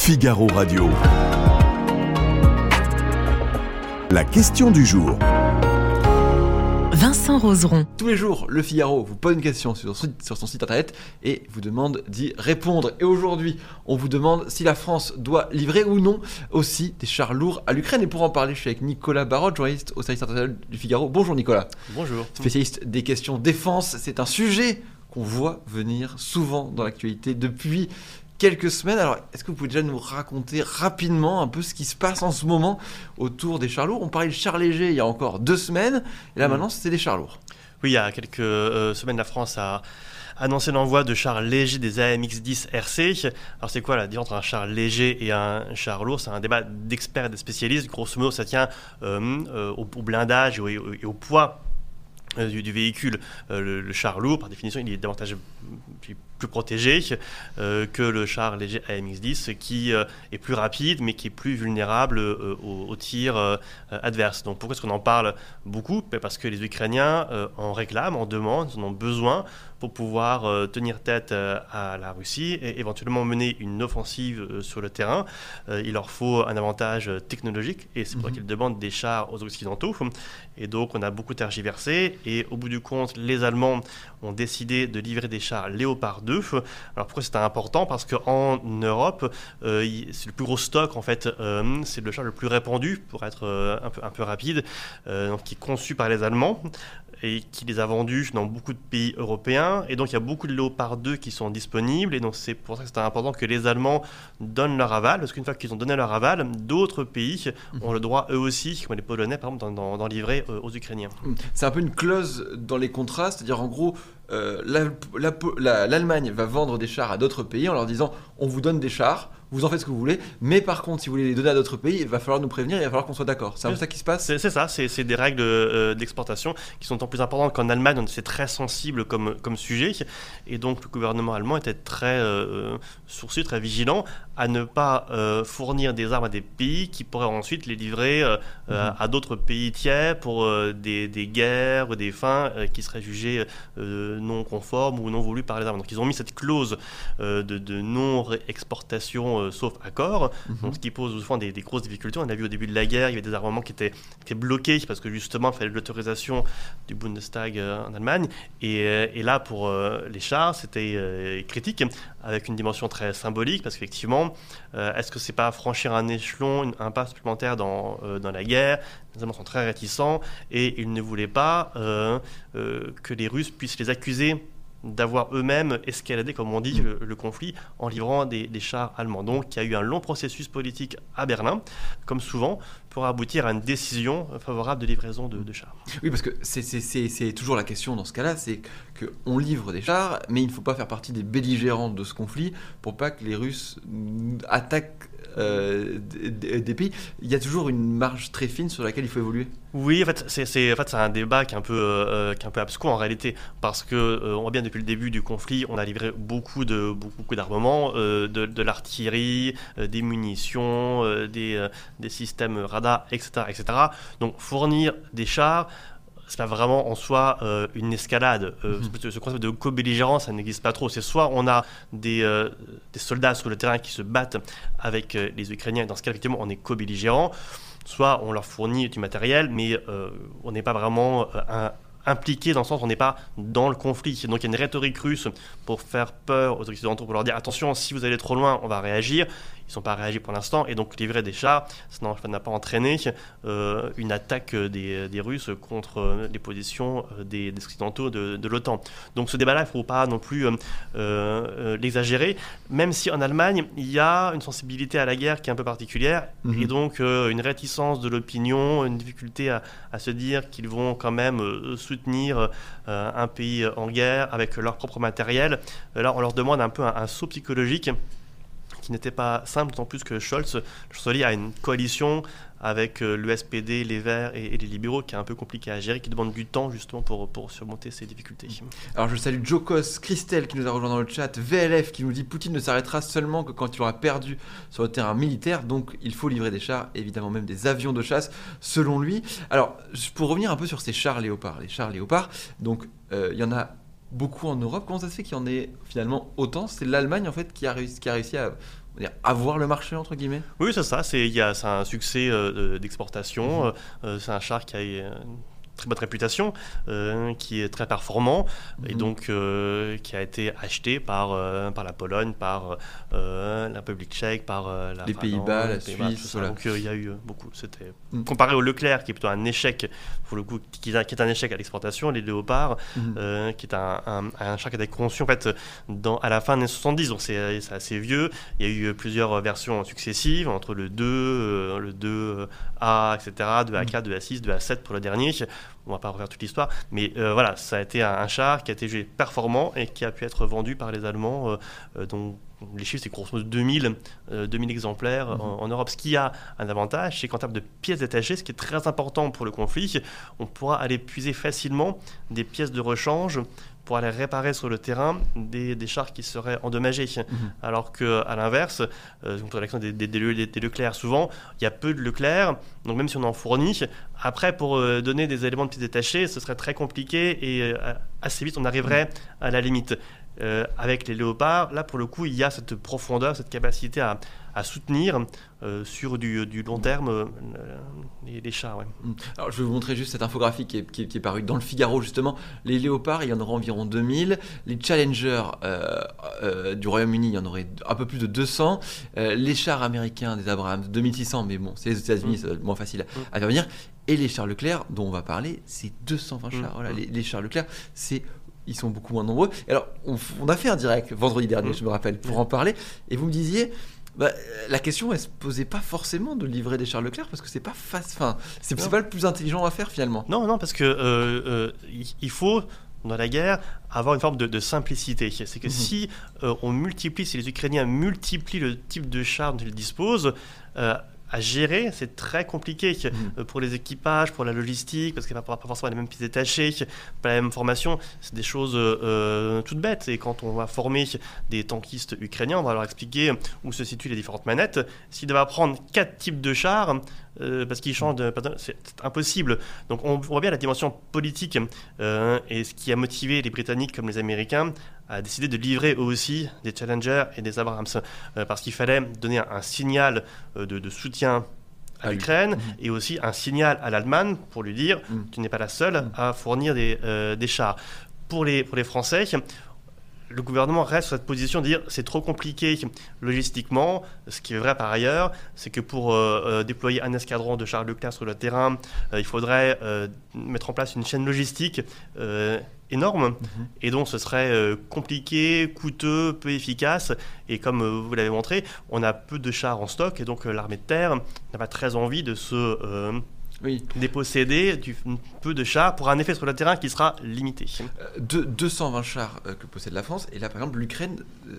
Figaro Radio. La question du jour. Vincent Roseron. Tous les jours, le Figaro vous pose une question sur son site internet et vous demande d'y répondre. Et aujourd'hui, on vous demande si la France doit livrer ou non aussi des chars lourds à l'Ukraine. Et pour en parler, je suis avec Nicolas Barotte, journaliste au service international du Figaro. Bonjour Nicolas. Bonjour. Spécialiste des questions défense. C'est un sujet qu'on voit venir souvent dans l'actualité depuis quelques semaines. Alors, est-ce que vous pouvez déjà nous raconter rapidement un peu ce qui se passe en ce moment autour des chars lourds ? On parlait de chars légers il y a encore 2 semaines, et là maintenant c'est des chars lourds. Oui, il y a quelques semaines, la France a annoncé l'envoi de chars légers des AMX-10 RC. Alors c'est quoi la différence entre un char léger et un char lourd ? C'est un débat d'experts et de spécialistes. Grosso modo, ça tient au blindage et au poids du véhicule. Le char lourd, par définition, il est davantage plus protégé que le char léger AMX-10 qui est plus rapide mais qui est plus vulnérable aux tirs adverses. Donc pourquoi est-ce qu'on en parle beaucoup ? Parce que les Ukrainiens en réclament, en demandent, ils en ont besoin pour pouvoir tenir tête à la Russie et éventuellement mener une offensive sur le terrain. Il leur faut un avantage technologique et c'est pour ça qu'ils demandent des chars aux Occidentaux. Et donc on a beaucoup tergiversé et au bout du compte, les Allemands ont décidé de livrer des chars Léopard 2. Alors pourquoi c'était important ? Parce qu'en Europe, c'est le plus gros stock en fait, c'est le char le plus répandu pour être un peu rapide, donc qui est conçu par les Allemands et qui les a vendus dans beaucoup de pays européens. Et donc, il y a beaucoup de Léopard 2 qui sont disponibles. Et donc, c'est pour ça que c'est important que les Allemands donnent leur aval. Parce qu'une fois qu'ils ont donné leur aval, d'autres pays ont le droit, eux aussi, comme les Polonais, par exemple, d'en livrer aux Ukrainiens. C'est un peu une clause dans les contrats. C'est-à-dire, en gros, l'Allemagne va vendre des chars à d'autres pays en leur disant « On vous donne des chars, vous en faites ce que vous voulez, mais par contre, si vous voulez les donner à d'autres pays, il va falloir nous prévenir, il va falloir qu'on soit d'accord. » C'est un peu ça qui se passe ? C'est ça, c'est des règles d'exportation qui sont en plus importantes qu'en Allemagne, c'est très sensible comme sujet. Et donc, le gouvernement allemand était très sourcilleux, très vigilant à ne pas fournir des armes à des pays qui pourraient ensuite les livrer à d'autres pays tiers pour des guerres ou des fins qui seraient jugées non conformes ou non voulues par les Allemands. Donc, ils ont mis cette clause de non-exportation sauf accord, donc ce qui pose souvent des grosses difficultés. On a vu au début de la guerre, il y avait des armements qui étaient bloqués parce que justement il fallait l'autorisation du Bundestag en Allemagne et là pour les chars c'était critique avec une dimension très symbolique parce qu'effectivement est-ce que c'est pas franchir un échelon, un pas supplémentaire dans la guerre ? Les Allemands sont très réticents et ils ne voulaient pas que les Russes puissent les accuser d'avoir eux-mêmes escaladé, comme on dit, le conflit en livrant des chars allemands. Donc il y a eu un long processus politique à Berlin, comme souvent, pour aboutir à une décision favorable de livraison de chars. Oui, parce que c'est toujours la question dans ce cas-là, c'est qu'on livre des chars, mais il ne faut pas faire partie des belligérants de ce conflit pour pas que les Russes attaquent des pays. Il y a toujours une marge très fine sur laquelle il faut évoluer. Oui, en fait, c'est un débat qui est un peu abscons en réalité, parce que on voit bien depuis le début du conflit, on a livré beaucoup d'armements, de l'artillerie, des munitions, des systèmes radar, etc., etc. Donc fournir des chars, c'est pas vraiment en soi une escalade. Ce concept de co-belligérance, ça n'existe pas trop. C'est soit on a des soldats sur le terrain qui se battent avec les Ukrainiens, et dans ce cas, effectivement, on est co-belligérant, soit on leur fournit du matériel, mais on n'est pas vraiment impliqué dans le sens où on n'est pas dans le conflit. Donc il y a une rhétorique russe pour faire peur aux Occidentaux, pour leur dire attention, si vous allez trop loin, on va réagir. Ils ne sont pas réagis pour l'instant, et donc livrer des chars, ça n'a pas entraîné une attaque des Russes contre les positions des Occidentaux de l'OTAN. Donc ce débat-là, il ne faut pas non plus l'exagérer, même si en Allemagne, il y a une sensibilité à la guerre qui est un peu particulière, et donc une réticence de l'opinion, une difficulté à se dire qu'ils vont quand même soutenir un pays en guerre avec leur propre matériel. Là, on leur demande un peu un saut psychologique qui n'était pas simple, d'autant plus que Scholz a une coalition avec le SPD, les Verts et les libéraux, qui est un peu compliqué à gérer, qui demande du temps justement pour surmonter ces difficultés. Alors je salue Jokos, Christelle qui nous a rejoint dans le chat, VLF qui nous dit Poutine ne s'arrêtera seulement que quand il aura perdu sur le terrain militaire, donc il faut livrer des chars, évidemment même des avions de chasse, selon lui. Alors pour revenir un peu sur ces chars Léopard, donc il y en a beaucoup en Europe. Comment ça se fait qu'il y en ait finalement autant ? C'est l'Allemagne en fait qui a réussi à on va dire, avoir le marché entre guillemets. Oui, c'est ça. C'est un succès d'exportation. C'est un char qui a une très bonne réputation, qui est très performant et donc qui a été acheté par la Pologne, par la République tchèque, par la les Pays-Bas, la Suisse. Voilà. Donc il y a eu beaucoup. C'était comparé au Leclerc, qui est plutôt un échec pour le coup, qui est un échec à l'exportation. Les Léopards, qui est un char qui a été conçu en fait à la fin des années 70. Donc c'est assez vieux. Il y a eu plusieurs versions successives entre le 2, le 2A, etc., 2A4, 2A6, 2A7 pour le dernier. On va pas refaire toute l'histoire, mais voilà, ça a été un char qui a été jugé performant et qui a pu être vendu par les Allemands, dont les chiffres, c'est grosso modo 2000 exemplaires en Europe. Ce qui a un avantage, c'est qu'en termes de pièces détachées, ce qui est très important pour le conflit, on pourra aller puiser facilement des pièces de rechange pour aller réparer sur le terrain des chars qui seraient endommagés. Alors qu'à l'inverse, pour l'action des Leclerc, souvent, il y a peu de Leclerc, donc même si on en fournit, après, pour donner des éléments de pièces détachées, ce serait très compliqué et assez vite, on arriverait à la limite. Avec les Léopards, là, pour le coup, il y a cette profondeur, cette capacité à soutenir sur du long terme les chars. Ouais. Alors, je vais vous montrer juste cette infographie qui est parue dans le Figaro, justement. Les Léopards, il y en aura environ 2000. Les Challenger du Royaume-Uni, il y en aurait un peu plus de 200. Les chars américains des Abrams, 2600, mais bon, c'est les États-Unis, ça va être moins facile à faire venir. Et les chars Leclerc, dont on va parler, c'est 220 chars. Voilà, les chars Leclerc, ils sont beaucoup moins nombreux. Alors, on a fait un direct vendredi dernier, je me rappelle, pour en parler. Et vous me disiez, la question, elle se posait pas forcément de livrer des chars Leclerc parce que c'est pas c'est pas le plus intelligent à faire finalement. Non, parce que il faut dans la guerre avoir une forme de simplicité. C'est que si si les Ukrainiens multiplient le type de chars dont ils disposent, à gérer, c'est très compliqué pour les équipages, pour la logistique, parce qu'il n'y a pas forcément les mêmes pièces détachées, pas la même formation. C'est des choses toutes bêtes. Et quand on va former des tankistes ukrainiens, on va leur expliquer où se situent les différentes manettes. S'ils doivent apprendre 4 types de chars, parce qu'ils changent c'est impossible. Donc on voit bien la dimension politique et ce qui a motivé les Britanniques comme les Américains à décider de livrer eux aussi des Challenger et des Abrams parce qu'il fallait donner un signal de soutien à l'Ukraine et aussi un signal à l'Allemagne pour lui dire tu n'es pas la seule à fournir des chars. Pour les Français, le gouvernement reste sur cette position de dire c'est trop compliqué logistiquement. Ce qui est vrai par ailleurs, c'est que pour déployer un escadron de chars Leclerc sur le terrain, il faudrait mettre en place une chaîne logistique énorme et donc ce serait compliqué, coûteux, peu efficace et comme vous l'avez montré, on a peu de chars en stock et donc l'armée de terre n'a pas très envie de se déposséder du peu de chars pour un effet sur le terrain qui sera limité. 220 chars que possède la France et là par exemple l'Ukraine,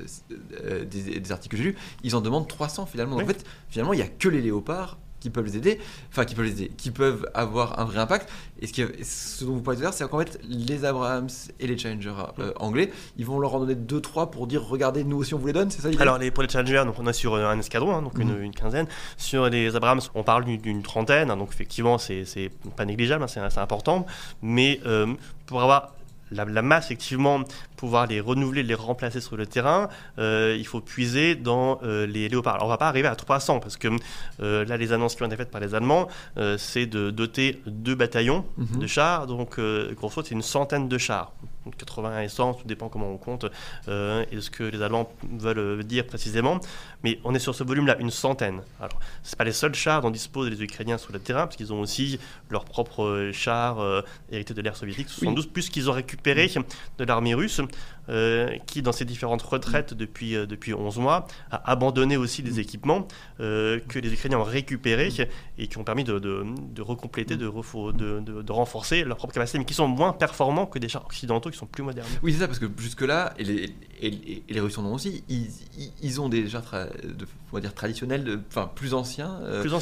des articles que j'ai lus, ils en demandent 300 finalement. En fait, finalement il n'y a que les Léopards qui peuvent les aider, qui peuvent avoir un vrai impact. Et ce dont vous parlez tout à l'heure, c'est qu'en fait, les Abrams et les Challenger anglais, ils vont leur en donner 2-3 pour dire regardez, nous aussi on vous les donne, c'est ça l'idée ? Alors pour les Challenger, donc on est sur un escadron, donc une quinzaine. Sur les Abrams, on parle d'une trentaine, donc effectivement c'est pas négligeable, c'est important. Mais pour avoir la masse, effectivement, pouvoir les renouveler, les remplacer sur le terrain, il faut puiser dans les Léopards. Alors, on ne va pas arriver à 300 parce que là, les annonces qui ont été faites par les Allemands, c'est de doter 2 bataillons de chars. Donc, grosso modo, c'est une centaine de chars. 80 et 100, tout dépend comment on compte et de ce que les Allemands veulent dire précisément. Mais on est sur ce volume-là, une centaine. Alors, ce n'est pas les seuls chars dont disposent les Ukrainiens sur le terrain, parce qu'ils ont aussi leurs propres chars hérités de l'ère soviétique, 72, plus qu'ils ont récupéré de l'armée russe, qui, dans ses différentes retraites depuis 11 mois, a abandonné aussi des équipements que les Ukrainiens ont récupérés et qui ont permis de recompléter, de renforcer leur propre capacité, mais qui sont moins performants que des chars occidentaux qui sont plus modernes. Oui, c'est ça, parce que jusque-là, et les Russes en ont aussi, ils ont des chars on va dire traditionnels, plus anciens,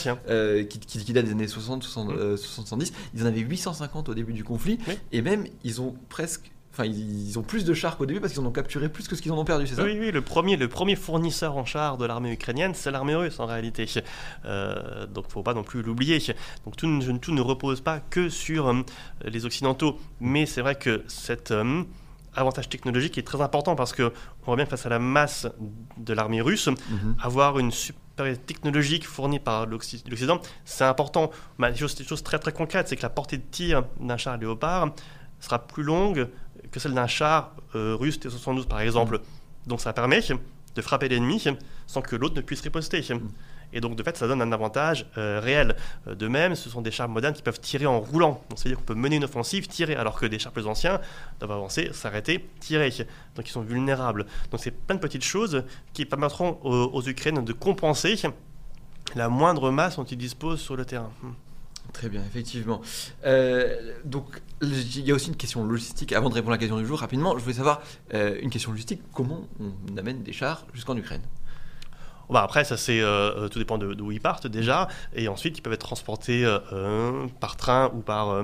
qui datent des années 60, 70. Ils en avaient 850 au début du conflit, et même ils ont ils ont plus de chars qu'au début parce qu'ils en ont capturé plus que ce qu'ils en ont perdu, c'est ça ? Oui, le premier fournisseur en chars de l'armée ukrainienne, c'est l'armée russe en réalité. Donc il ne faut pas non plus l'oublier. Donc tout ne repose pas que sur les Occidentaux. Mais c'est vrai que cette avantage technologique qui est très important parce qu'on voit bien que face à la masse de l'armée russe, avoir une supériorité technologique fournie par l'Occident, c'est important. Des choses très très concrètes, c'est que la portée de tir d'un char Léopard sera plus longue que celle d'un char russe T-72 par exemple. Donc ça permet de frapper l'ennemi sans que l'autre ne puisse riposter. Et donc, de fait, ça donne un avantage réel. De même, ce sont des chars modernes qui peuvent tirer en roulant. Donc, c'est-à-dire qu'on peut mener une offensive, tirer, alors que des chars plus anciens doivent avancer, s'arrêter, tirer. Donc, ils sont vulnérables. Donc, c'est plein de petites choses qui permettront aux Ukrainiens de compenser la moindre masse dont ils disposent sur le terrain. Très bien, effectivement. Donc, il y a aussi une question logistique. Avant de répondre à la question du jour, rapidement, je voulais savoir une question logistique. Comment on amène des chars jusqu'en Ukraine ? Après, ça tout dépend d'où ils partent déjà, et ensuite ils peuvent être transportés par train ou par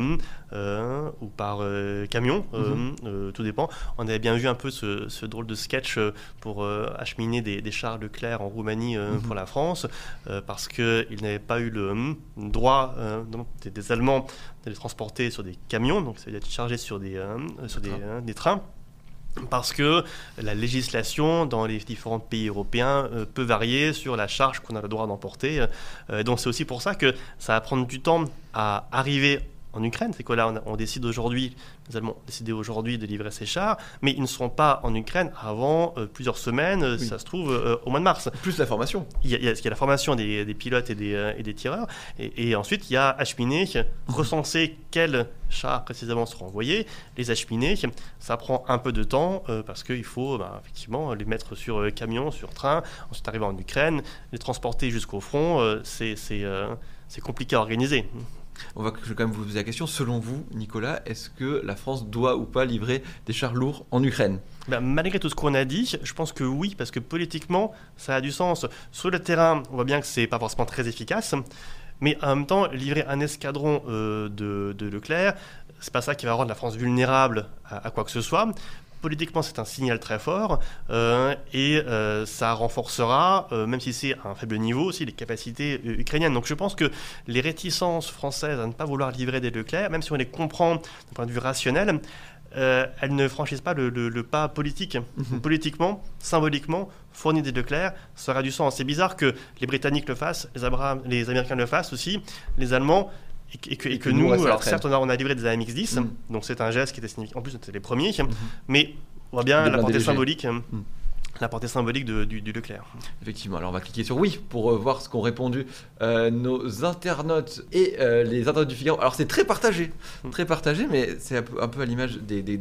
camion, tout dépend. On avait bien vu un peu ce drôle de sketch pour acheminer des chars Leclerc en Roumanie pour la France, parce qu'ils n'avaient pas eu le droit des Allemands de les transporter sur des camions, donc ça veut dire être chargés sur des trains. Parce que la législation dans les différents pays européens peut varier sur la charge qu'on a le droit d'emporter. Donc c'est aussi pour ça que ça va prendre du temps à arriver en Ukraine. C'est que là, on décide aujourd'hui, les Allemands ont décidé aujourd'hui de livrer ces chars, mais ils ne seront pas en Ukraine avant plusieurs semaines, ça se trouve au mois de mars. Plus la formation. Il y a la formation des pilotes et des tireurs, et ensuite il y a acheminer, recenser quels chars précisément seront envoyés, les acheminer. Ça prend un peu de temps parce qu'il faut effectivement les mettre sur camion, sur train, ensuite arriver en Ukraine, les transporter jusqu'au front. C'est compliqué à organiser. Je vais quand même vous poser la question. Selon vous, Nicolas, est-ce que la France doit ou pas livrer des chars lourds en Ukraine ? Malgré tout ce qu'on a dit, je pense que oui, parce que politiquement, ça a du sens. Sur le terrain, on voit bien que c'est pas forcément très efficace, mais en même temps, livrer un escadron de Leclerc, c'est pas ça qui va rendre la France vulnérable à quoi que ce soit. Politiquement, c'est un signal très fort et ça renforcera, même si c'est à un faible niveau aussi, les capacités ukrainiennes. Donc je pense que les réticences françaises à ne pas vouloir livrer des Leclerc, même si on les comprend d'un point de vue rationnel, elles ne franchissent pas le pas politique. Politiquement, symboliquement, fournir des Leclerc, ça aura du sens. C'est bizarre que les Britanniques le fassent, les Américains le fassent aussi, les Allemands. Et que nous, alors certes, on a livré des AMX-10, donc c'est un geste qui était significatif. En plus, c'était les premiers, mais on voit bien la portée symbolique. La portée symbolique du Leclerc. Effectivement, alors on va cliquer sur oui pour voir ce qu'ont répondu nos internautes et les internautes du Figaro. Alors c'est très partagé, mais c'est un peu à l'image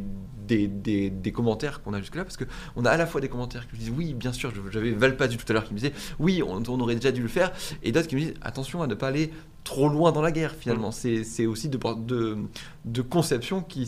des commentaires qu'on a jusque-là, parce qu'on a à la fois des commentaires qui me disent oui, bien sûr, j'avais Valpadu tout à l'heure qui me disait oui, on aurait déjà dû le faire, et d'autres qui me disent attention à ne pas aller trop loin dans la guerre finalement. C'est aussi de conception qui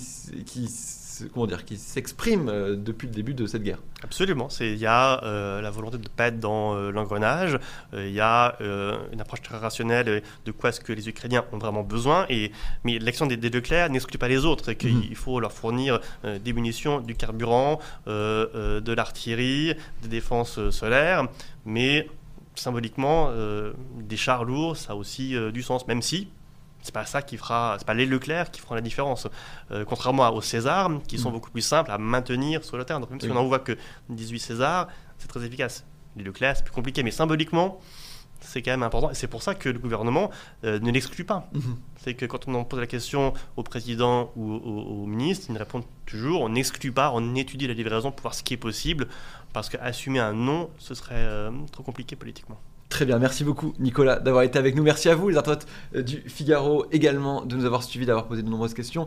s'exprime depuis le début de cette guerre. Absolument. Il y a la volonté de ne pas être dans l'engrenage. Il y a une approche très rationnelle de quoi est-ce que les Ukrainiens ont vraiment besoin. Mais l'action des Leclerc n'exclut pas les autres. Il faut leur fournir des munitions, du carburant, de l'artillerie, des défenses solaires. Mais symboliquement, des chars lourds, ça a aussi du sens, même si c'est pas les Leclerc qui feront la différence, contrairement aux César qui sont beaucoup plus simples à maintenir sur le terrain. Donc même si on n'en voit que 18 César, c'est très efficace. Les Leclerc, c'est plus compliqué, mais symboliquement, c'est quand même important. Et c'est pour ça que le gouvernement ne l'exclut pas. C'est que quand on en pose la question au président ou au ministre, ils répondent toujours, on n'exclut pas, on étudie la livraison pour voir ce qui est possible, parce qu'assumer un non, ce serait trop compliqué politiquement. Très bien, merci beaucoup Nicolas d'avoir été avec nous. Merci à vous les internautes du Figaro également de nous avoir suivis, d'avoir posé de nombreuses questions.